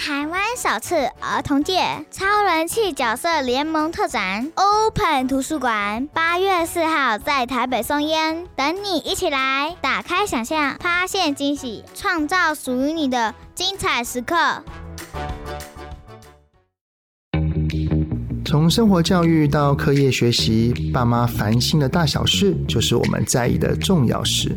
台湾首次儿童界超人气角色联盟特展 Open 图书馆8月4号在台北松烟，等你一起来打开想象，发现惊喜，创造属于你的精彩时刻。 从生活教育到课业学习，爸妈烦心的大小事，就是我们在意的重要事。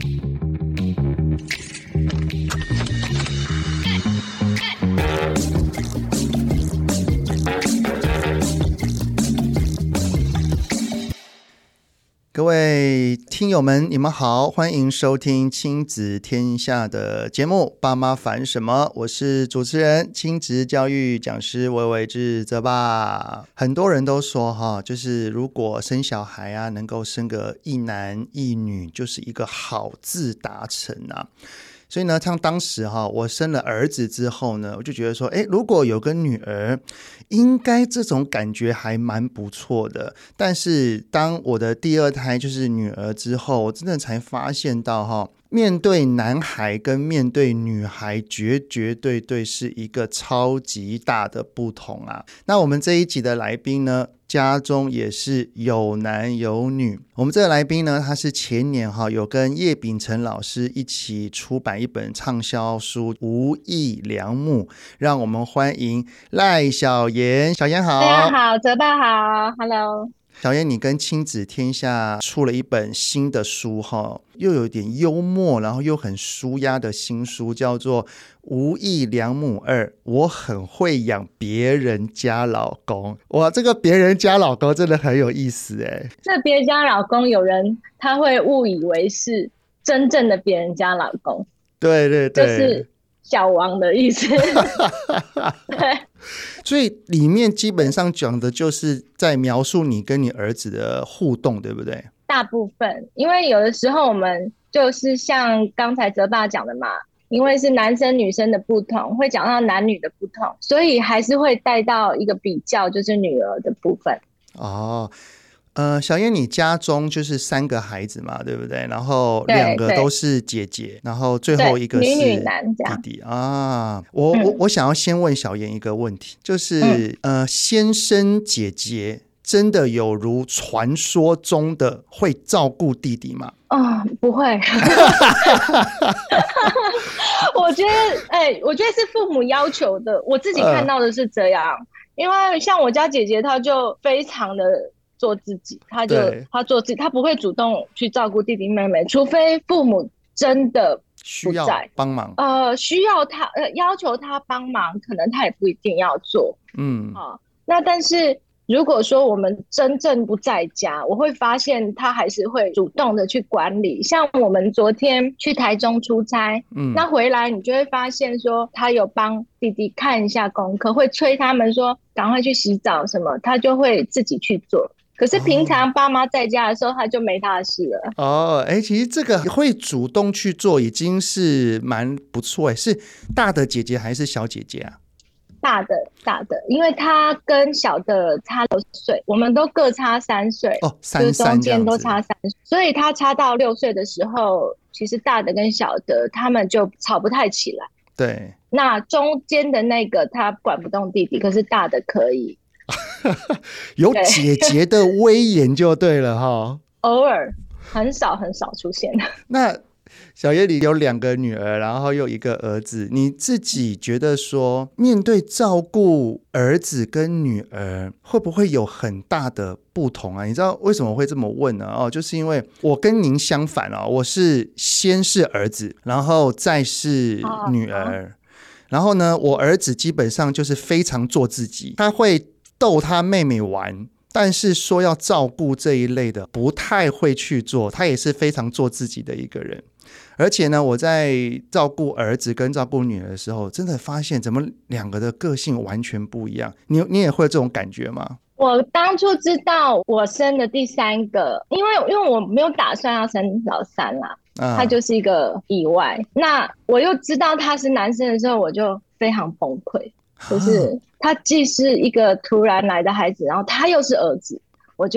各位听友们，你们好，欢迎收听亲子天下的节目《爸妈烦什么》，我是主持人亲子教育讲师魏伟志泽爸。很多人都说就是如果生小孩啊，能够生个一男一女，就是一个好字达成啊。所以呢，像当时我生了儿子之后呢，我就觉得说，如果有个女儿，应该这种感觉还蛮不错的。但是当我的第二胎就是女儿之后，我真的才发现到面对男孩跟面对女孩绝对是一个超级大的不同啊。那我们这一集的来宾呢，家中也是有男有女。我们这个来宾呢，他是前年有跟叶秉成老师一起出版一本畅销书《无意良母》，让我们欢迎赖小妍。小妍好。 大家好，泽爸好 ，Hello。 小妍，你跟亲子天下出了一本新的书又有点幽默，然后又很舒压的新书，叫做《无意良母2》，我很会养别人家老公。哇，这个别人家老公真的很有意思耶。 这别人家老公，有人他会误以为是真正的别人家老公， 对， 就是小王的意思。对。 所以里面基本上讲的就是在描述你跟你儿子的互动，对不对？ 大部分，因为有的时候我们就是像刚才泽爸讲的嘛，因为是男生女生的不同，会讲到男女的不同，所以还是会带到一个比较，就是女儿的部分。 小妍，你家中就是3个孩子嘛，对不对？然后2个都是姐姐，然后最后一个是女男弟弟啊。我想要先问小妍一个问题，就是先生姐姐真的有如传说中的会照顾弟弟吗？ 不会。我觉得是父母要求的，我自己看到的是这样。因为像我家姐姐，她就非常的做自己，她做自己，她不会主动去照顾弟弟妹妹，除非父母真的不在，需要帮忙。 需要他要求他帮忙，可能他也不一定要做。那但是如果说我们真正不在家，我会发现他还是会主动的去管理。像我们昨天去台中出差，那回来你就会发现说他有帮弟弟看一下功课，会催他们说赶快去洗澡什么，他就会自己去做。可是平常爸妈在家的时候，他就没他的事了。 其实这个会主动去做已经是蛮不错。是大的姐姐还是小姐姐啊？ 大的，因为他跟小的差6岁，我们都各差3岁，就是中间都差3岁，所以他差到6岁的时候，其实大的跟小的他们就吵不太起来。 对， 那中间的那个他管不动弟弟，可是大的可以。 有姐姐的威严就对了偶尔很少出现。 那小妍，你有2个女儿，然后又1个儿子，你自己觉得说面对照顾儿子跟女儿会不会有很大的不同啊？你知道为什么会这么问呢？就是因为我跟您相反我是先是儿子，然后再是女儿。然后呢，我儿子基本上就是非常做自己，他会逗他妹妹玩，但是说要照顾这一类的不太会去做，他也是非常做自己的一个人。而且呢，我在照顾儿子跟照顾女儿的时候，真的发现怎么2个的个性完全不一样。你也会有这种感觉吗？ 我当初知道我生的第3个，因为我没有打算要生老3啦，他就是一个意外。那我又知道他是男生的时候，我就非常崩溃。就是他既是一个突然来的孩子，然后他又是儿子，我就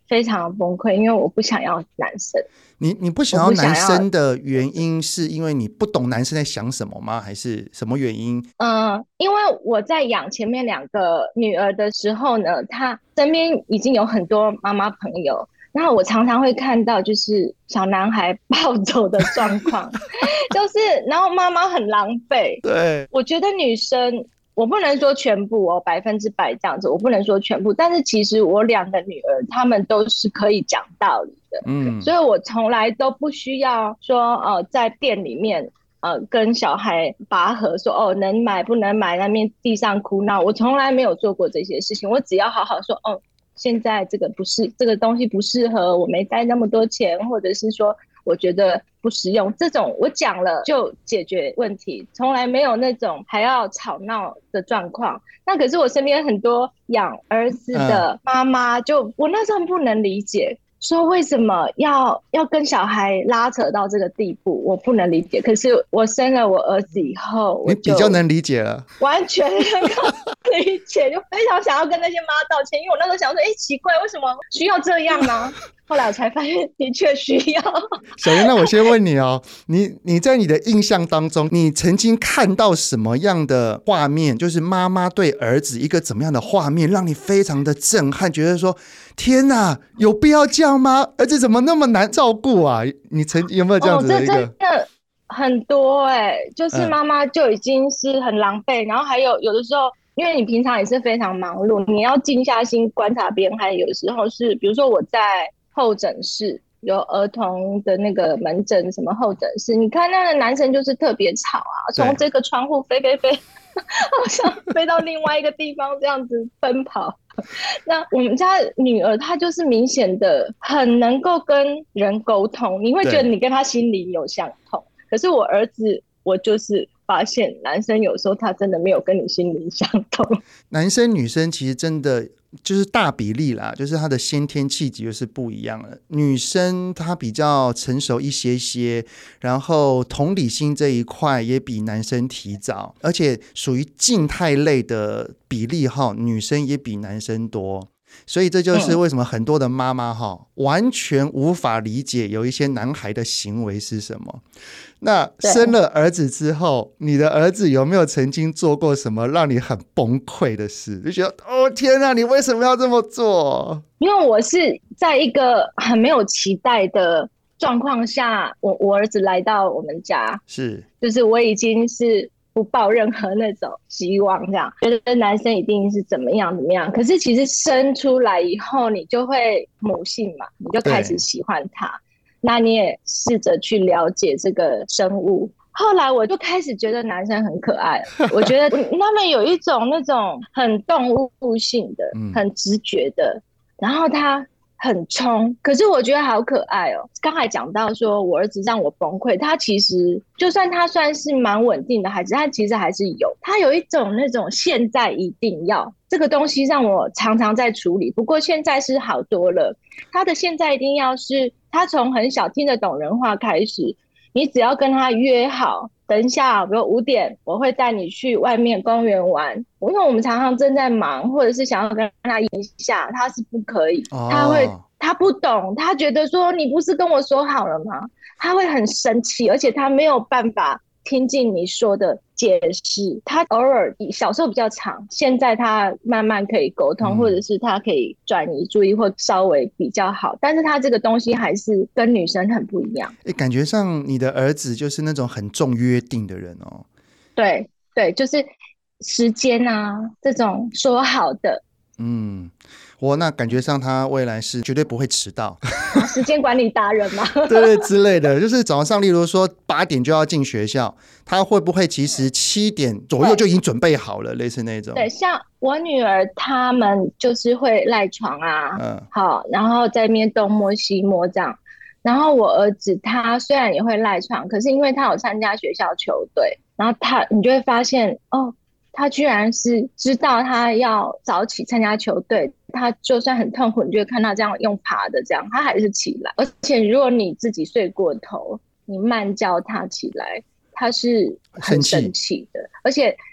非常崩溃，因为我不想要男生。 你不想要男生的原因是因为你不懂男生在想什么吗？还是什么原因？ 因为我在养前面2个女儿的时候呢，她身边已经有很多妈妈朋友，然后我常常会看到就是小男孩暴走的状况，就是然后妈妈很狼狈。对，我觉得女生。我不能说全部哦，100%这样子，我不能说全部，但是其实我2个女儿，她们都是可以讲道理的，所以我从来都不需要说在店里面跟小孩拔河，说能买不能买，那边地上哭闹，我从来没有做过这些事情，我只要好好说现在这个东西不适合，我没带那么多钱，或者是说我觉得不实用，这种我讲了就解决问题，从来没有那种还要吵闹的状况。那可是我身边很多养儿子的妈妈，就我那时候不能理解，说为什么要跟小孩拉扯到这个地步，我不能理解。可是我生了我儿子以后， 你比较能理解了， 完全能够理解，就非常想要跟那些妈道歉，因为我那时候想说，奇怪，为什么需要这样呢？后来我才发现的确需要。 小妍，那我先问你你在你的印象当中，你曾经看到什么样的画面，就是妈妈对儿子一个怎么样的画面让你非常的震撼，觉得说天哪，有必要这样吗？儿子怎么那么难照顾啊？你曾经有没有这样子的一个？ 这真的很多就是妈妈就已经是很狼狈，然后还有的时候因为你平常也是非常忙碌，你要静下心观察别人，还有时候是比如说我在候诊室有儿童的那个门诊什么候诊室，你看那个男生就是特别吵啊，从这个窗户飞好像飞到另外一个地方这样子奔跑。那我们家女儿她就是明显的很能够跟人沟通，你会觉得你跟她心里有相通，可是我儿子我就是发现男生有时候他真的没有跟你心里相通。 男生女生其实真的就是大比例啦，就是他的先天气质就是不一样了。女生她比较成熟一些，然后同理心这一块也比男生提早，而且属于静态类的比例女生也比男生多。所以这就是为什么很多的妈妈完全无法理解有一些男孩的行为是什么。那生了儿子之后，你的儿子有没有曾经做过什么让你很崩溃的事，就觉得天啊，你为什么要这么做？ 因为我是在一个很没有期待的状况下，我儿子来到我们家，就是我已经是不抱任何那种希望，这样觉得男生一定是怎么样，可是其实生出来以后你就会母性嘛，你就开始喜欢他，那你也试着去了解这个生物。后来我就开始觉得男生很可爱，我觉得他们有一种那种很动物性的很直觉的，然后他很冲，可是我觉得好可爱哦。刚才讲到说我儿子让我崩溃，他其实就算他算是蛮稳定的孩子，他其实还是他有一种那种现在一定要这个东西让我常常在处理，不过现在是好多了。他的现在一定要是他从很小听得懂人话开始，你只要跟他约好，等一下比如5点我会带你去外面公园玩，因为我们常常正在忙，或者是想要跟他一下，他是不可以，他不懂，他觉得说你不是跟我说好了吗？他会很生气，而且他没有办法听进你说的解释，他偶尔小时候比较长，现在他慢慢可以沟通，或者是他可以转移注意或稍微比较好，但是他这个东西还是跟女生很不一样。 感觉上你的儿子就是那种很重约定的人哦。 对，就是时间啊这种说好的。 那感觉上他未来是绝对不会迟到时间管理达人嘛对之类的，就是早上例如说8点就要进学校，他会不会其实7点左右就已经准备好了，类似那种？ 对，像我女儿他们就是会赖床啊，好，然后在那边东摸西摸这样。然后我儿子他虽然也会赖床，可是因为他有参加学校球队，然后你就会发现他居然是知道他要早起参加球队，他就算很痛苦，你就会看到这样用爬的这样，他还是起来。而且如果你自己睡过头，你慢叫他起来，他是很生气的。而且像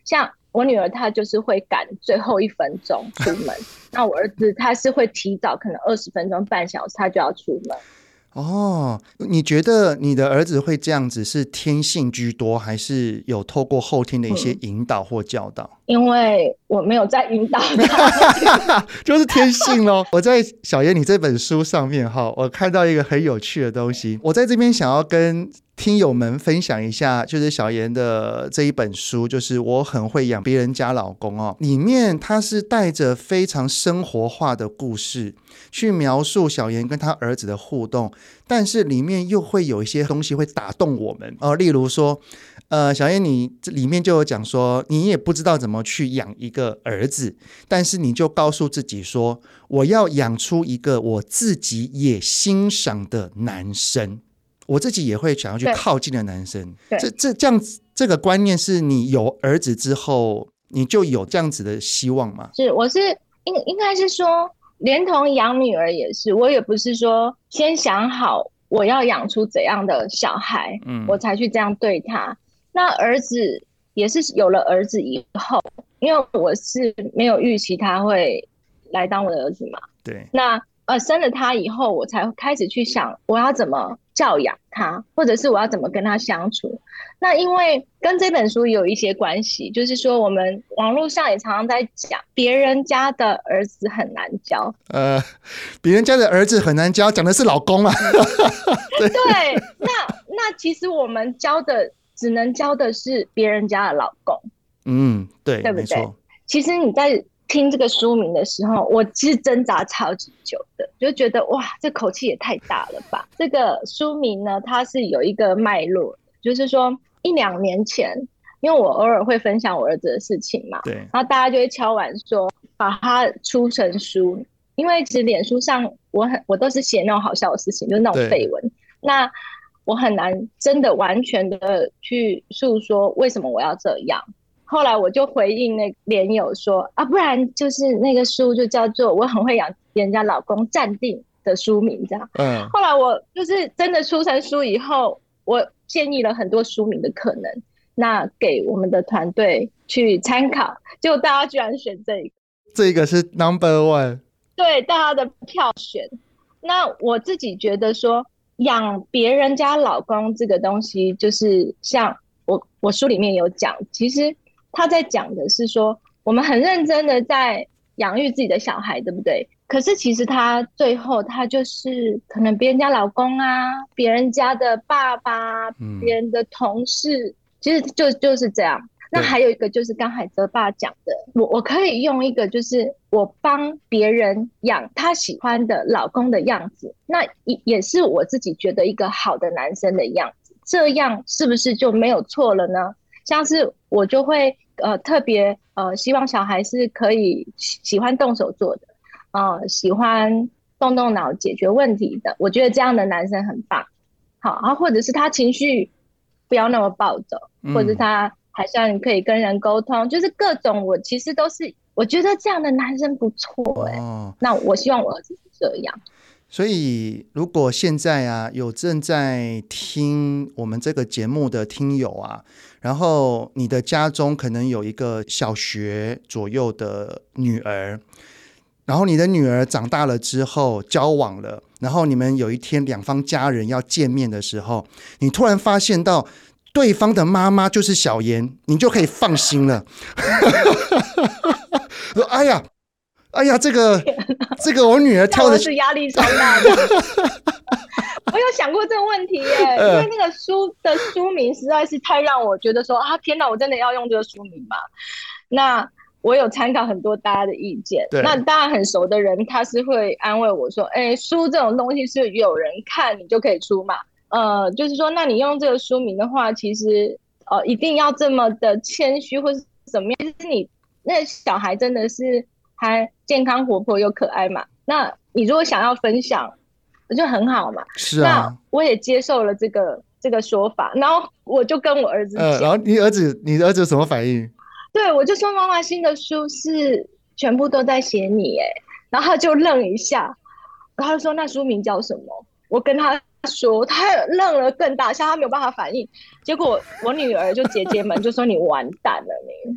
我女儿她就是会赶最后1分钟出门，那我儿子他是会提早可能20分钟、半小时他就要出门。 哦，你觉得你的儿子会这样子是天性居多，还是有透过后天的一些引导或教导？ 因为我没有在引导他就是天性咯。我在小妍你这本书上面我看到一个很有趣的东西，我在这边想要跟听友们分享一下，就是小妍的这一本书，就是我很会养别人家老公里面它是带着非常生活化的故事去描述小妍跟他儿子的互动，但是里面又会有一些东西会打动我们例如说小妍你里面就有讲说，你也不知道怎么去养一个儿子，但是你就告诉自己说，我要养出一个我自己也欣赏的男生，我自己也会想要去靠近的男生。这样子，这个观念是你有儿子之后你就有这样子的希望吗？ 我是应该是说，连同养女儿也是，我也不是说先想好我要养出怎样的小孩，我才去这样对他。那儿子也是有了儿子以后，因为我是没有预期他会来当我的儿子嘛， 对， 那生了他以后，我才开始去想我要怎么教养他，或者是我要怎么跟他相处。那因为跟这本书有一些关系，就是说我们网络上也常常在讲别人家的儿子很难教， 别人家的儿子很难教，讲的是老公啊对，那其实我们教的只能教的是别人家的老公， 对， 对不对？ 没错。 其实你在听这个书名的时候，我其实挣扎超级久的，就觉得哇，这口气也太大了吧。这个书名呢，它是有一个脉络，就是说1-2年前，因为我偶尔会分享我儿子的事情嘛， 对， 然后大家就会敲碗说把它出成书，因为其实脸书上我都是写那种好笑的事情，就是那种绯闻，那我很难真的完全的去诉说为什么我要这样。后来我就回应那连友说不然就是那个书就叫做我很会养别人家老公暂定的书名这样。后来我就是真的出成书以后，我建议了很多书名的可能，那给我们的团队去参考，结果大家居然选这个是 No.1， 对，大家的票选。那我自己觉得说养别人家老公这个东西，就是像我书里面有讲，其实他在讲的是说，我们很认真的在养育自己的小孩，对不对？可是其实他最后他就是可能别人家老公啊，别人家的爸爸，别人的同事，其实就是这样。那还有一个就是刚才泽爸讲的，我可以用一个就是我帮别人养他喜欢的老公的样子，那也是我自己觉得一个好的男生的样子，这样是不是就没有错了呢？像是我就会特别希望小孩是可以喜欢动手做的，喜欢动动脑解决问题的，我觉得这样的男生很棒。好，然后或者是他情绪不要那么暴走，或者他还算可以跟人沟通，就是各种我其实都是我觉得这样的男生不错那我希望我儿子是这样。 所以如果现在有正在听我们这个节目的听友然后你的家中可能有一个小学左右的女儿，然后你的女儿长大了之后交往了，然后你们有一天两方家人要见面的时候，你突然发现到对方的妈妈就是小妍，你就可以放心了说哎呀，这个我女儿挑的是压力超大的我有想过这个问题耶因为那个书的书名实在是太让我觉得说天哪，我真的要用这个书名吗？那我有参考很多大家的意见，那当然很熟的人他是会安慰我说书这种东西是有人看你就可以出嘛，就是说那你用这个书名的话，其实一定要这么的谦虚或是怎么样，就是你那小孩真的是还健康活泼又可爱嘛，那你如果想要分享就很好嘛， 是那我也接受了这个说法，然后我就跟我儿子讲， 然后你的儿子有什么反应？ 对，我就说妈妈新的书是全部都在写你然后他就愣一下，然后他就说那书名叫什么？我跟他说，他愣了更大下，他没有办法反应，结果我女儿就姐姐们就说你完蛋了你。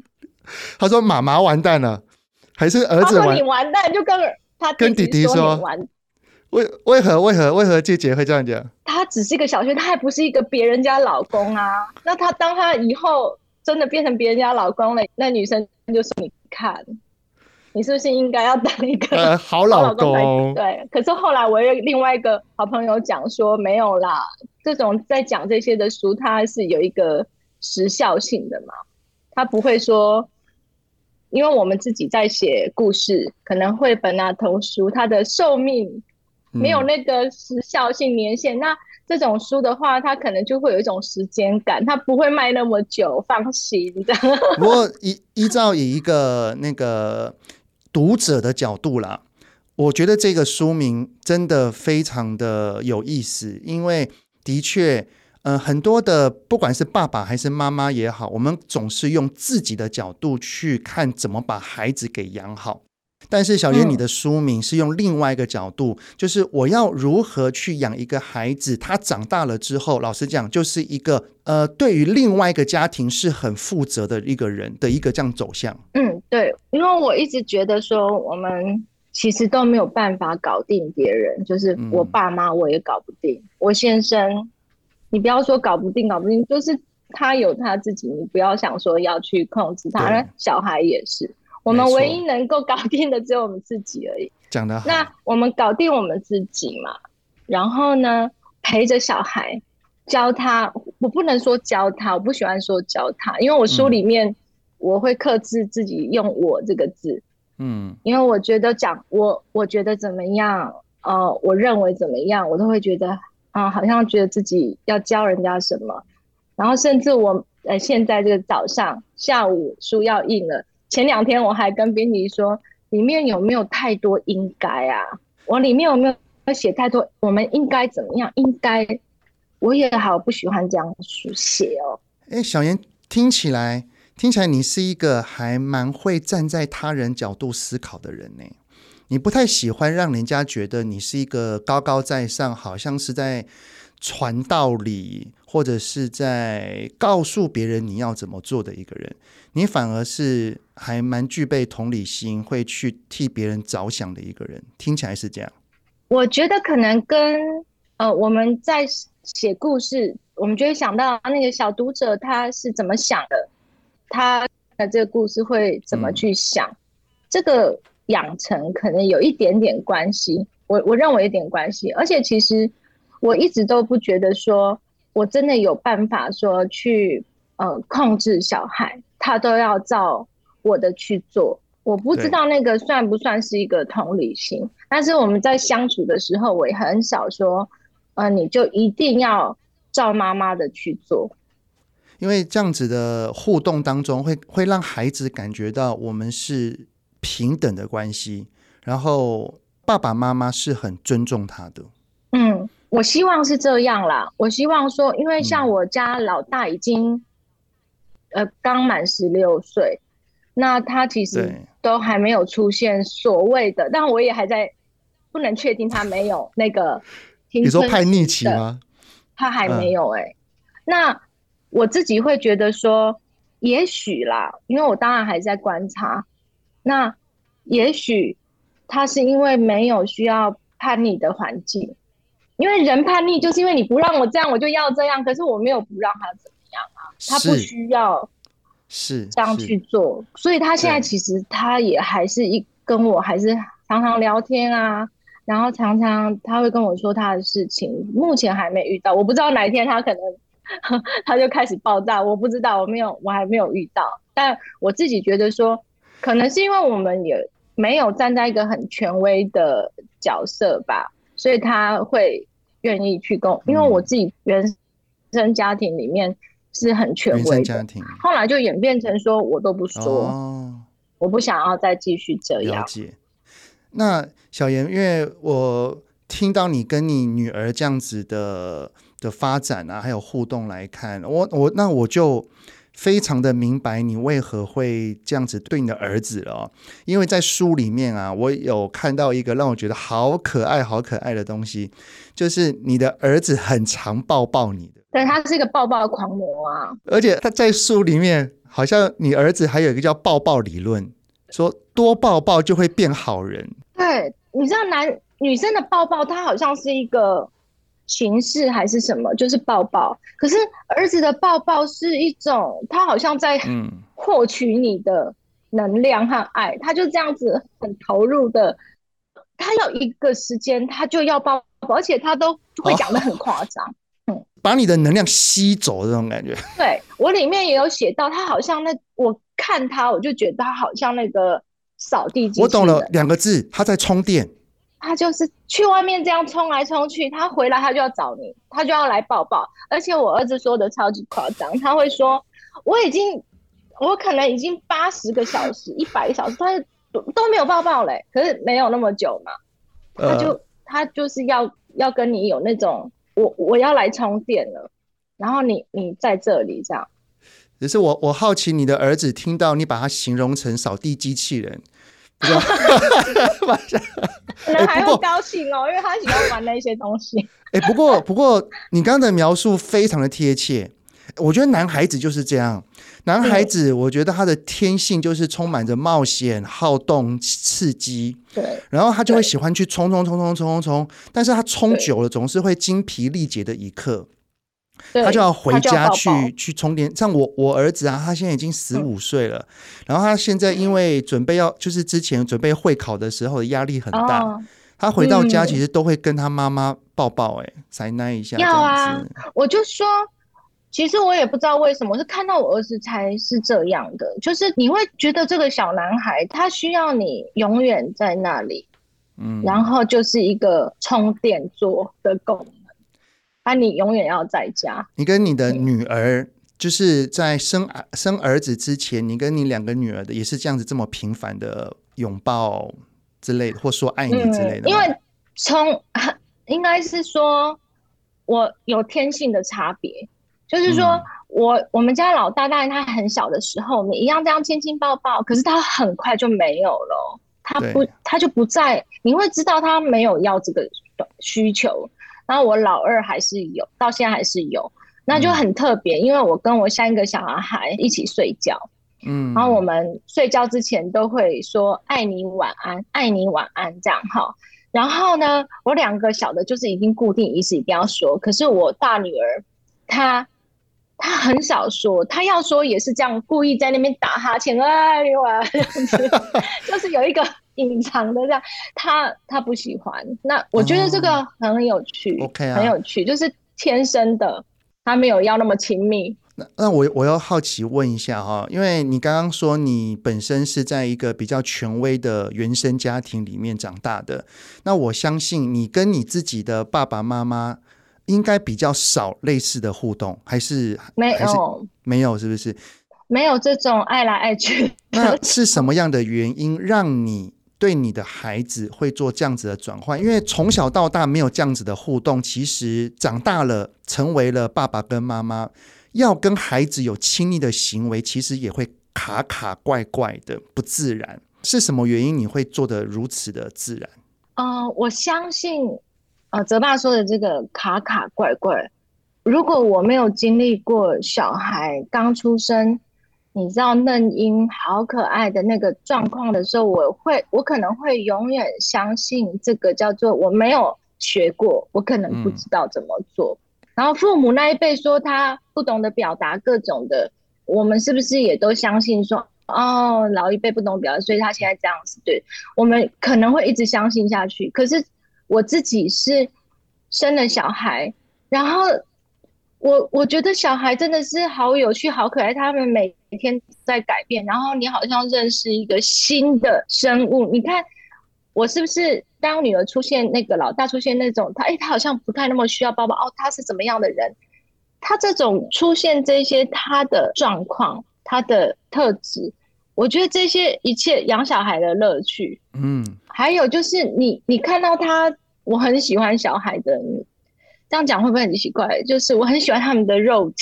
他说妈妈完蛋了，还是儿子他说你完蛋，就跟弟弟说你完。 为何姐姐会这样讲？ 他只是一个小学，他还不是一个别人家老公啊。那当他以后真的变成别人家老公了，那女生就说：“你看，你是不是应该要当一个好老公？” 对。可是后来我有另外一个好朋友讲说，没有啦，这种在讲这些的书，它是有一个时效性的嘛，它不会说。因为我们自己在写故事，可能绘本啊、童书，它的寿命没有那个时效性年限。那这种书的话，它可能就会有一种时间感，它不会卖那么久，放心。 不过依照以一个那个读者的角度啦，我觉得这个书名真的非常的有意思，因为的确。很多的不管是爸爸还是妈妈也好，我们总是用自己的角度去看怎么把孩子给养好。但是小妍你的书名是用另外一个角度，就是我要如何去养一个孩子，他长大了之后，老实讲就是一个对于另外一个家庭是很负责的一个人的一个这样走向。 对，因为我一直觉得说我们其实都没有办法搞定别人，就是我爸妈我也搞不定，我先生你不要说搞不定，就是他有他自己，你不要想说要去控制他。小孩也是，我们唯一能够搞定的只有我们自己而已。 讲得好。 那我们搞定我们自己嘛，然后呢，陪着小孩，教他。我不能说教他，我不喜欢说教他，因为我书里面我会克制自己用我这个字。因为我觉得讲我觉得怎么样，我认为怎么样，我都会觉得。好像觉得自己要教人家什么，然后甚至我现在这个早上下午书要印了，前2天我还跟编辑说里面有没有太多应该啊，我里面有没有写太多我们应该怎么样，应该我也好不喜欢这样写哦。 小妍听起来你是一个还蛮会站在他人角度思考的人呢。你不太喜欢让人家觉得你是一个高高在上，好像是在传道理，或者是在告诉别人你要怎么做的一个人。你反而是还蛮具备同理心，会去替别人着想的一个人。听起来是这样。 我觉得可能跟我们在写故事，我们就会想到那个小读者他是怎么想的，他的这个故事会怎么去想，这个养成可能有一点点关系，我认为有点关系。而且其实我一直都不觉得说我真的有办法说去控制小孩，他都要照我的去做。我不知道那个算不算是一个同理心，但是我们在相处的时候，我也很少说你就一定要照妈妈的去做。 因为这样子的互动当中会让孩子感觉到我们是平等的关系，然后爸爸妈妈是很尊重他的。 我希望是这样啦。我希望说，因为像我家老大已经刚满16岁，那他其实都还没有出现所谓的，但我也还在不能确定他没有那个你说叛逆期吗？ 他还没有那我自己会觉得说也许啦，因为我当然还在观察，那也许他是因为没有需要叛逆的环境，因为人叛逆就是因为你不让我这样我就要这样，可是我没有不让他怎么样啊，他不需要是这样去做，所以他现在其实他也还是跟我还是常常聊天啊，然后常常他会跟我说他的事情，目前还没遇到，我不知道哪一天他可能他就开始爆炸，我不知道，我还没有遇到。但我自己觉得说可能是因为我们也没有站在一个很权威的角色吧，所以他会愿意去跟我，因为我自己原生家庭里面是很权威的，后来就演变成说我都不说，我不想要再继续这样。 了解。那小妍，因为我听到你跟你女儿这样子的发展啊，还有互动来看，我就非常的明白你为何会这样子对你的儿子了哦。因为在书里面啊，我有看到一个让我觉得好可爱好可爱的东西，就是你的儿子很常抱抱你的。 对，他是一个抱抱狂魔啊。 而且他在书里面好像你儿子还有一个叫抱抱理论，说多抱抱就会变好人。 对，你知道女生的抱抱它好像是一个形式还是什么，就是抱抱，可是儿子的抱抱是一种他好像在获取你的能量和爱，他就这样子很投入的，他要一个时间他就要抱抱，而且他都会讲得很夸张。 把你的能量吸走这种感觉。 对，我里面也有写到，他好像我看他我就觉得他好像那个扫地机器人。 我懂了，2个字，他在充电。 他就是去外面这样冲来冲去，他回来他就要找你，他就要来抱抱。而且我儿子说的超级夸张，他会说我可能已经80个小时100个小时他都没有抱抱嘞，可是没有那么久嘛，他就是要跟你有那种我要来充电了，然后你在这里这样。 只是我好奇你的儿子听到你把他形容成扫地机器人， 可能还会高兴哦，因为他喜欢玩那些东西。 不过你刚刚的描述非常的贴切，我觉得男孩子就是这样，男孩子我觉得他的天性就是充满着冒险、好动、刺激， 对， 然后他就会喜欢去冲，但是他冲久了总是会精疲力竭的一刻，他就要回家去充电。像我儿子啊，他现在已经15岁了，然后他现在因为准备就是之前准备会考的时候的压力很大，他回到家其实都会跟他妈妈抱抱，塞奶一下这样子。要啊， 我就说其实我也不知道为什么，我是看到我儿子才是这样的，就是你会觉得这个小男孩他需要你永远在那里，然后就是一个充电座的功能，你永远要在家。 你跟你的女儿就是在生儿子之前，你跟你2个女儿的也是这样子这么频繁的拥抱之类的，或说爱你之类的。 因为应该是说我有天性的差别，就是说我们家老大当然他很小的时候我们一样这样亲亲抱抱，可是他很快就没有了，他就不在，你会知道他没有要这个需求。然后我老二还是有，到现在还是有，那就很特别，因为我跟我3个小孩一起睡觉，然后我们睡觉之前都会说爱你晚安，爱你晚安这样哈。然后呢，我2个小的就是已经固定仪式一定要说，可是我大女儿她很少说，她要说也是这样故意在那边打哈欠，哎呦啊，就是有一个隐藏的这样，他不喜欢。那我觉得这个很有趣，很有趣，就是天生的，他没有要那么亲密。 那我要好奇问一下哈，因为你刚刚说你本身是在一个比较权威的原生家庭里面长大的，那我相信你跟你自己的爸爸妈妈应该比较少类似的互动，还是没有，是不是？ 没有这种爱来爱去。 那是什么样的原因让你对你的孩子会做这样子的转换？因为从小到大没有这样子的互动，其实长大了成为了爸爸跟妈妈，要跟孩子有亲密的行为，其实也会卡卡怪怪的，不自然。是什么原因你会做得如此的自然？ 我相信泽爸说的这个卡卡怪怪，如果我没有经历过小孩刚出生，你知道嫩婴好可爱的那个状况的时候，我可能会永远相信这个叫做我没有学过，我可能不知道怎么做。然后父母那一辈说他不懂得表达各种的，我们是不是也都相信说老一辈不懂表达，所以他现在这样子，对，我们可能会一直相信下去。可是我自己是生了小孩，然后我觉得小孩真的是好有趣好可爱，他们每天在改变，然后你好像认识一个新的生物。你看我是不是当女儿出现那个老大出现那种他好像不太那么需要抱抱，他是怎么样的人，他这种出现这些他的状况他的特质，我觉得这些一切养小孩的乐趣。还有就是你看到他，我很喜欢小孩的，这样讲会不会很奇怪？就是我很喜欢他们的肉体，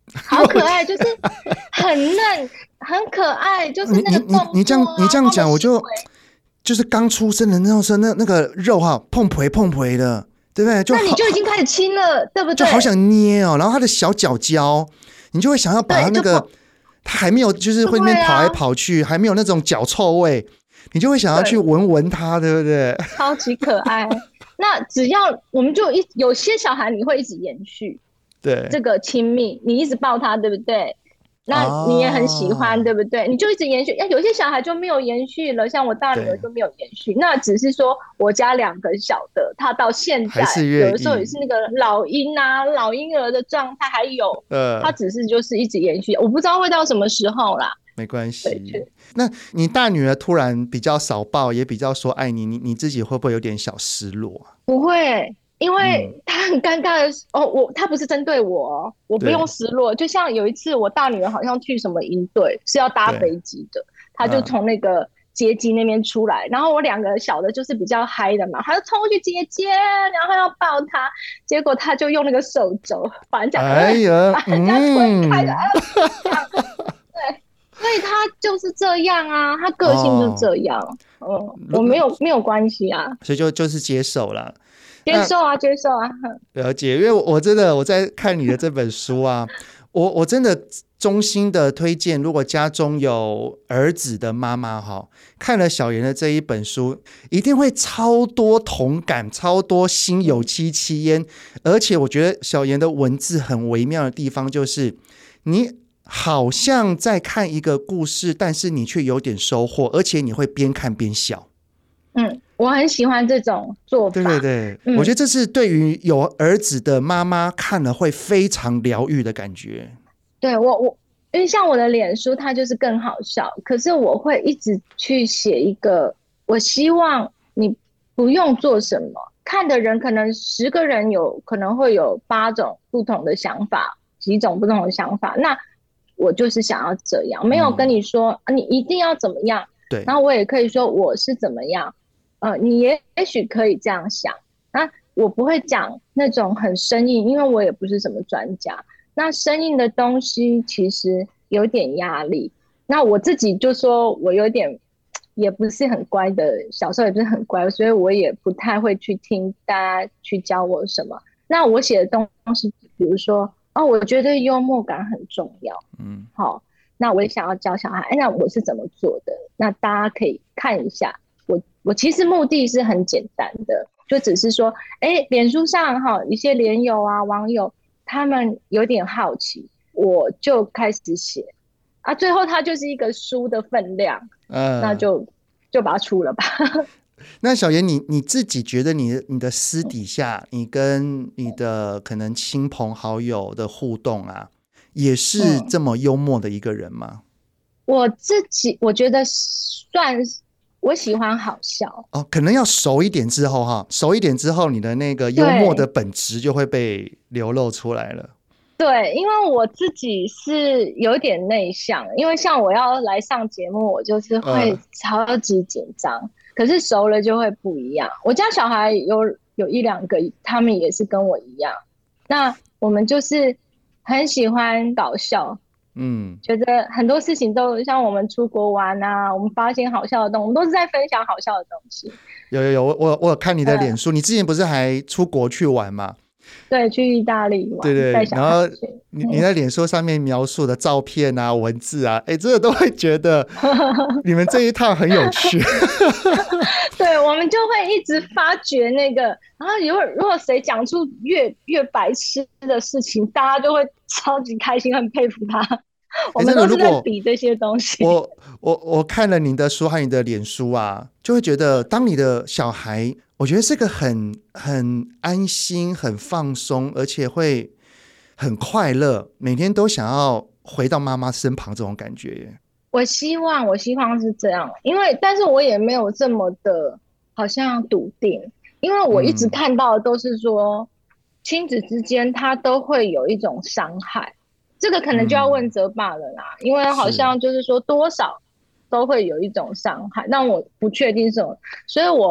好可爱，就是很嫩，很可爱，就是那个动作啊， 你这样讲，我就是刚出生的那种时候，那个肉哈碰皮的，对不对？ 那你就已经开始亲了，对不对？ 就好想捏哦，然后它的小脚胶，你就会想要把它那个，它还没有就是会那边跑来跑去，还没有那种脚臭味，你就会想要去闻它，对不对？ 超级可爱。那只要我们就有些小孩你会一直延续。 对这个亲密，你一直抱他，对不对？那你也很喜欢，对不对？你就一直延续。有些小孩就没有延续了，像我大女儿就没有延续。那只是说我家2个小的，他到现在有的时候也是那个老婴啊、老婴儿的状态，还有他只是就是一直延续。我不知道会到什么时候啦。 没关系。那你大女儿突然比较少抱，也比较说爱你，你自己会不会有点小失落啊？ 不会。因为他很尴尬的他不是针对我，我不用失落。就像有一次我大女儿好像去什么营队是要搭飞机的，她就从那个接机那边出来，然后我2个小的就是比较嗨的嘛，她就冲过去接，然后要抱她，结果她就用那个手肘把人家推开了，对，所以她就是这样啊，她个性就这样，我没有关系啊， 所以就是接受啦。 接受啊。 了解，因为我在看你的这本书啊，我真的衷心的推荐，如果家中有儿子的妈妈哈，看了小妍的这一本书，一定会超多同感，超多心有戚戚焉。而且我觉得小妍的文字很微妙的地方，就是你好像在看一个故事，但是你却有点收获，而且你会边看边笑。 我很喜欢这种做法。 对，我觉得这是对于有儿子的妈妈看了会非常疗愈的感觉。 对，我因为像我的脸书它就是更好笑，可是我会一直去写一个，我希望你不用做什么，看的人可能10个人可能会有8种不同的想法，几种不同的想法，那我就是想要这样，没有跟你说你一定要怎么样。 对， 然后我也可以说我是怎么样。你也许可以这样想，那我不会讲那种很生硬，因为我也不是什么专家。那生硬的东西其实有点压力。那我自己就说我有点也不是很乖的，小时候也不是很乖，所以我也不太会去听大家去教我什么。那我写的东西，比如说我觉得幽默感很重要。好，那我也想要教小孩，那我是怎么做的？那大家可以看一下。我其实目的是很简单的，就只是说，脸书上一些连友啊、网友，他们有点好奇，我就开始写啊，最后它就是一个书的分量，那就把它出了吧。 那小妍，你自己觉得你的私底下，你跟你的可能亲朋好友的互动啊，也是这么幽默的一个人吗？我觉得算。我喜欢好笑可能要熟一点之后你的那个幽默的本质就会被流露出来了。 对，因为我自己是有点内向，因为像我要来上节目，我就是会超级紧张，可是熟了就会不一样。我家小孩有1、2个，他们也是跟我一样，那我们就是很喜欢搞笑。觉得很多事情都像我们出国玩啊，我们发现好笑的东西，我们都是在分享好笑的东西。 有，我有看你的脸书，你之前不是还出国去玩吗？ 对，去意大利玩。 对，然后你在脸书上面描述的照片啊、文字啊，真的都会觉得你们这一趟很有趣。 对，我们就会一直发掘那个，然后如果谁讲出越白痴的事情，大家就会超级开心，很佩服他。我们都是在比这些东西。 我看了你的书和你的脸书啊，就会觉得当你的小孩，我觉得是个很安心、很放松，而且会很快乐，每天都想要回到妈妈身旁这种感觉耶。 我希望是这样，但是我也没有这么的好像笃定，因为我一直看到的都是说亲子之间他都会有一种伤害，这个可能就要问泽爸了啦，因为好像就是说多少都会有一种伤害，但我不确定什么，所以我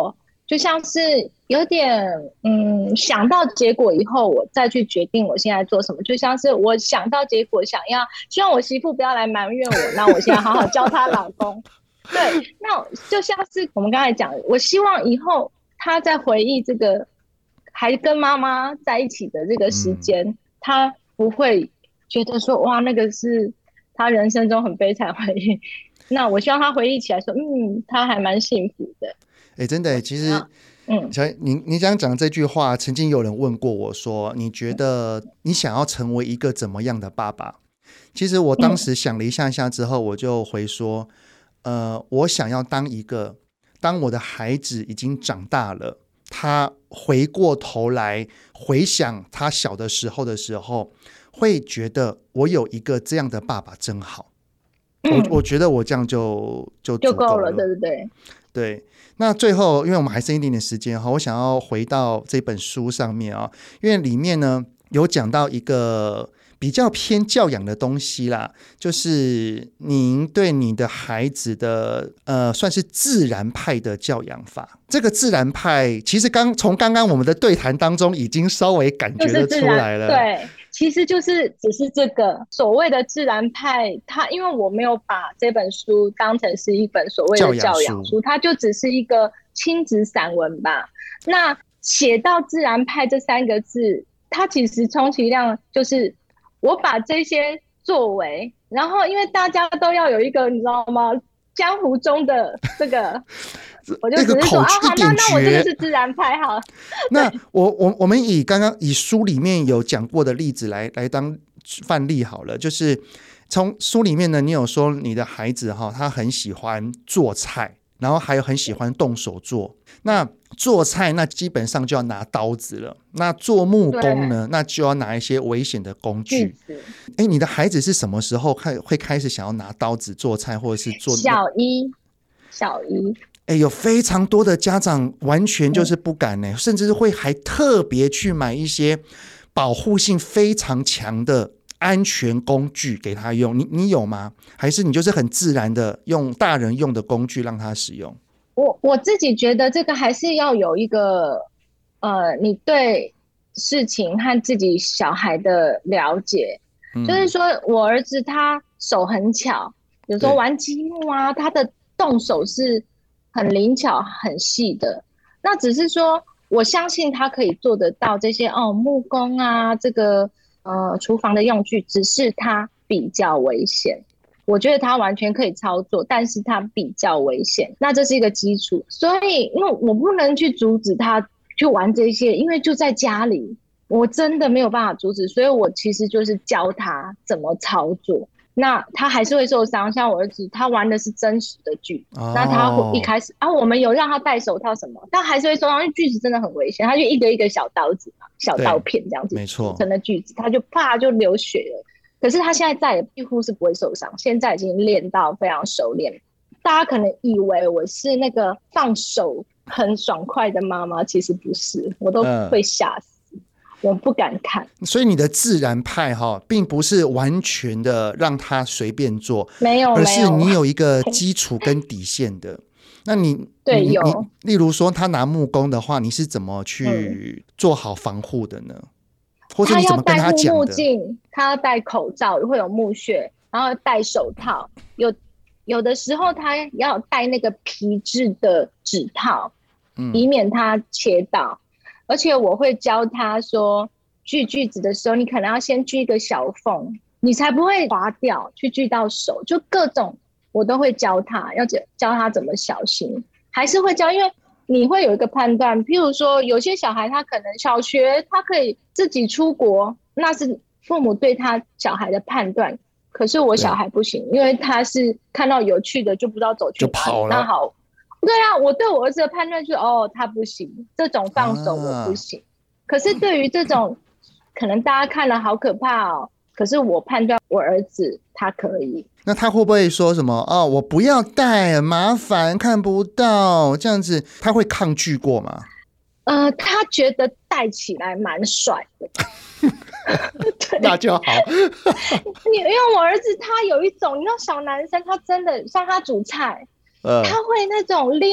就像是有点想到结果以后我再去决定我现在做什么，就像是我想到结果希望我媳妇不要来埋怨我，那我现在好好教她老公。对，那就像是我们刚才讲的，我希望以后她在回忆这个还跟妈妈在一起的这个时间，她不会觉得说哇那个是她人生中很悲惨回忆，那我希望她回忆起来说她还蛮幸福的。 真的其实你想讲这句话，曾经有人问过我说你觉得你想要成为一个怎么样的爸爸？其实我当时想了一下下之后，我就回说我想要当我的孩子已经长大了，他回过头来回想他小的时候会觉得我有一个这样的爸爸真好。我觉得我这样就够了， 对不对？ 对，那最后因为我们还剩一点点时间，我想要回到这本书上面因为里面呢有讲到一个比较偏教养的东西啦，就是您对你的孩子的算是自然派的教养法。这个自然派其实从刚刚我们的对谈当中已经稍微感觉得出来了。 对，其实只是这个所谓的自然派，因为我没有把这本书当成是一本所谓的教养书，它就只是一个亲子散文吧。那写到自然派这3个字，它其实充其量就是我把这些作为，然后因为大家都要有一个你知道吗，江湖中的这个我就只是说好，那我这个是自然派好。 那我们刚刚以书里面有讲过的例子来当范例好了，就是从书里面呢，你有说你的孩子他很喜欢做菜，然后还有很喜欢动手做。那做菜那基本上就要拿刀子了，那做木工呢，那就要拿一些危险的工具。你的孩子是什么时候会开始想要拿刀子做菜，或者是做小一有非常多的家长完全就是不敢甚至会还特别去买一些保护性非常强的安全工具给他用。你有吗？还是你就是很自然的用大人用的工具让他使用？ 我自己觉得这个还是要有一个你对事情和自己小孩的了解。就是说我儿子他手很巧，有时候玩积木啊，他的动手是很灵巧很细的。那只是说我相信他可以做得到这些木工啊，这个厨房的用具，只是他比较危险。我觉得他完全可以操作，但是他比较危险，那这是一个基础。所以因为我不能去阻止他去玩这些，因为就在家里我真的没有办法阻止，所以我其实就是教他怎么操作。那他还是会受伤，像我儿子他玩的是真实的锯子，那他一开始我们有让他戴手套什么，他还是会受伤，因为锯子真的很危险，他就一个一个小刀子嘛，小刀片这样子组成的锯子，他就啪就流血了。可是他现在再也几乎是不会受伤，现在已经练到非常熟练。大家可能以为我是那个放手很爽快的妈妈，其实不是，我都会吓死，我不敢看。 所以你的自然派并不是完全的让他随便做， 没有， 而是你有一个基础跟底线的。那你例如说他拿木工的话，你是怎么去做好防护的呢？或者你怎么跟他讲的？ 他要戴护目镜，他要戴口罩，会有木屑，然后戴手套，有的时候他要戴那个皮质的指套，以免他切到。而且我会教他说，锯锯子的时候，你可能要先锯一个小缝，你才不会划掉，去锯到手。就各种我都会教他，要教他怎么小心，还是会教，因为你会有一个判断。譬如说有些小孩他可能小学他可以自己出国，那是父母对他小孩的判断。可是我小孩不行，因为他是看到有趣的就不知道走去哪里，就跑了。那好，对啊，我对我儿子的判断就是他不行，这种放手我不行。可是对于这种可能大家看了好可怕可是我判断我儿子他可以。 那他会不会说什么我不要戴，很麻烦，看不到，这样子他会抗拒过吗？ 他觉得戴起来蛮帅的。 那就好。 因为我儿子他有一种，你知道小男生他真的像他煮菜，他会那种练，他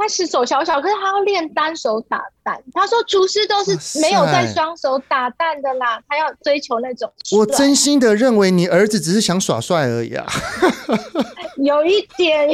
他是手小小，可是他要练单手打蛋。他说厨师都是没有在双手打蛋的啦，他要追求那种帅。 我真心的认为你儿子只是想耍帅而已啊。 有一点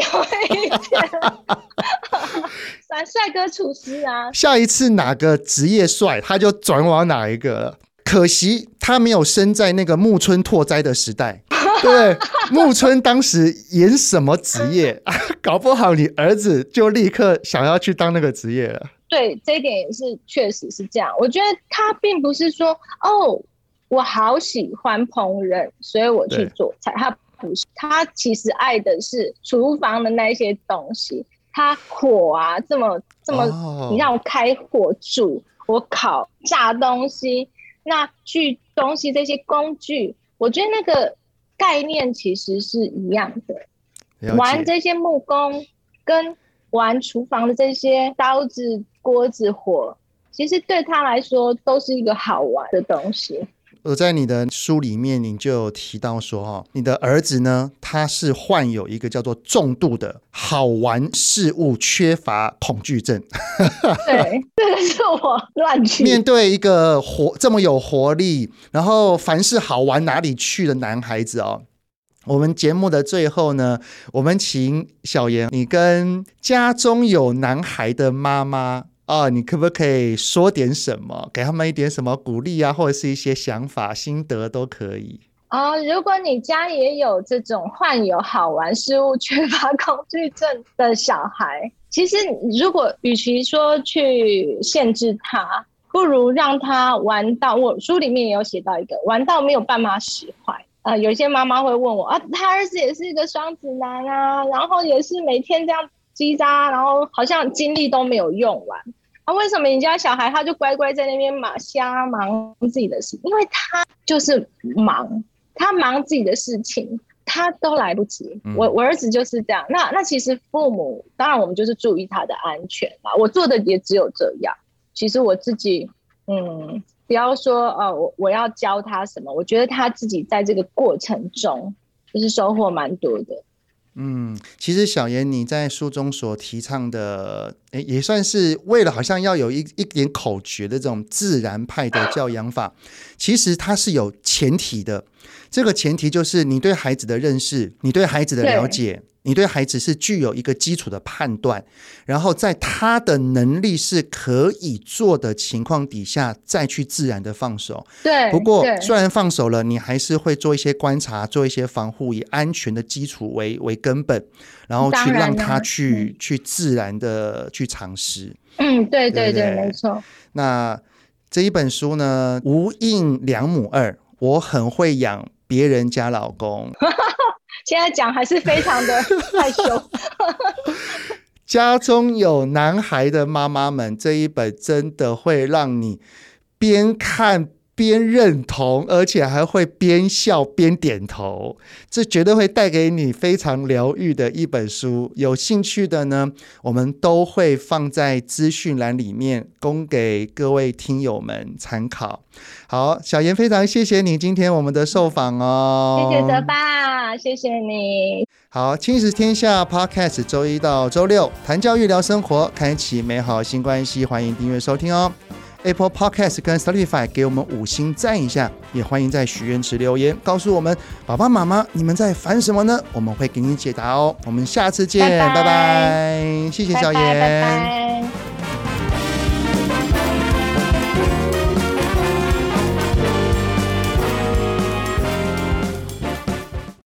帅哥厨师啊。 下一次哪个职业帅他就转往哪一个了。可惜他没有生在那个木村拓哉的时代。对，木村当时演什么职业搞不好你儿子就立刻想要去当那个职业了。 对，这一点也是确实是这样。我觉得他并不是说我好喜欢烹饪所以我去做菜，他不是，他其实爱的是厨房的那些东西。他火啊这么你让我开火煮，我烤炸东西，那锯东西这些工具，我觉得那个概念其实是一样的。玩这些木工跟玩厨房的这些刀子锅子火，其实对他来说都是一个好玩的东西。 而在你的书里面你就有提到说你的儿子呢，他是患有一个叫做重度的好玩事物缺乏恐惧症。 对，这个是我乱去面对一个这么有活力，然后凡事好玩哪里去的男孩子我们节目的最后呢，我们请小妍，你跟家中有男孩的妈妈你可不可以说点什么，给他们一点什么鼓励啊，或者是一些想法心得都可以。 如果你家也有这种患有好玩事物缺乏恐惧症的小孩，其实如果与其说去限制他，不如让他玩到，我书里面也有写到一个玩到没有办法使坏。有些妈妈会问我他儿子也是一个双子男啊，然后也是每天这样叽喳，然后好像精力都没有用完。为什么你家小孩他就乖乖在那边瞎忙自己的事？因为他就是忙，他忙自己的事情，他都来不及。我儿子就是这样。那其实父母当然我们就是注意他的安全啦。我做的也只有这样。其实我自己不要说我要教他什么，我觉得他自己在这个过程中就是收获蛮多的。 其实小妍你在书中所提倡的也算是为了好像要有一点口诀的这种自然派的教养法，其实它是有前提的。这个前提就是你对孩子的认识，你对孩子的了解，你对孩子是具有一个基础的判断，然后在他的能力是可以做的情况底下再去自然的放手。 对， 不过虽然放手了，你还是会做一些观察，做一些防护，以安全的基础为根本，然后去让他去自然的去尝试。 对对对，没错。那这一本书呢，无印良母2，我很会养别人家老公。 现在讲还是非常的害羞。 家中有男孩的妈妈们，这一本真的会让你边看边认同，而且还会边笑边点头，这绝对会带给你非常疗愈的一本书。有兴趣的呢，我们都会放在资讯栏里面供给各位听友们参考。好，小妍非常谢谢你今天我们的受访谢谢泽爸，谢谢你。 好，亲子天下 Podcast 周一到周六谈教育聊生活，开启美好新关系，欢迎订阅收听Apple Podcast 跟 Spotify 给我们5星赞一下，也欢迎在许愿池留言告诉我们爸爸妈妈你们在烦什么呢？我们会给你解答我们下次见，拜拜，谢谢小妍。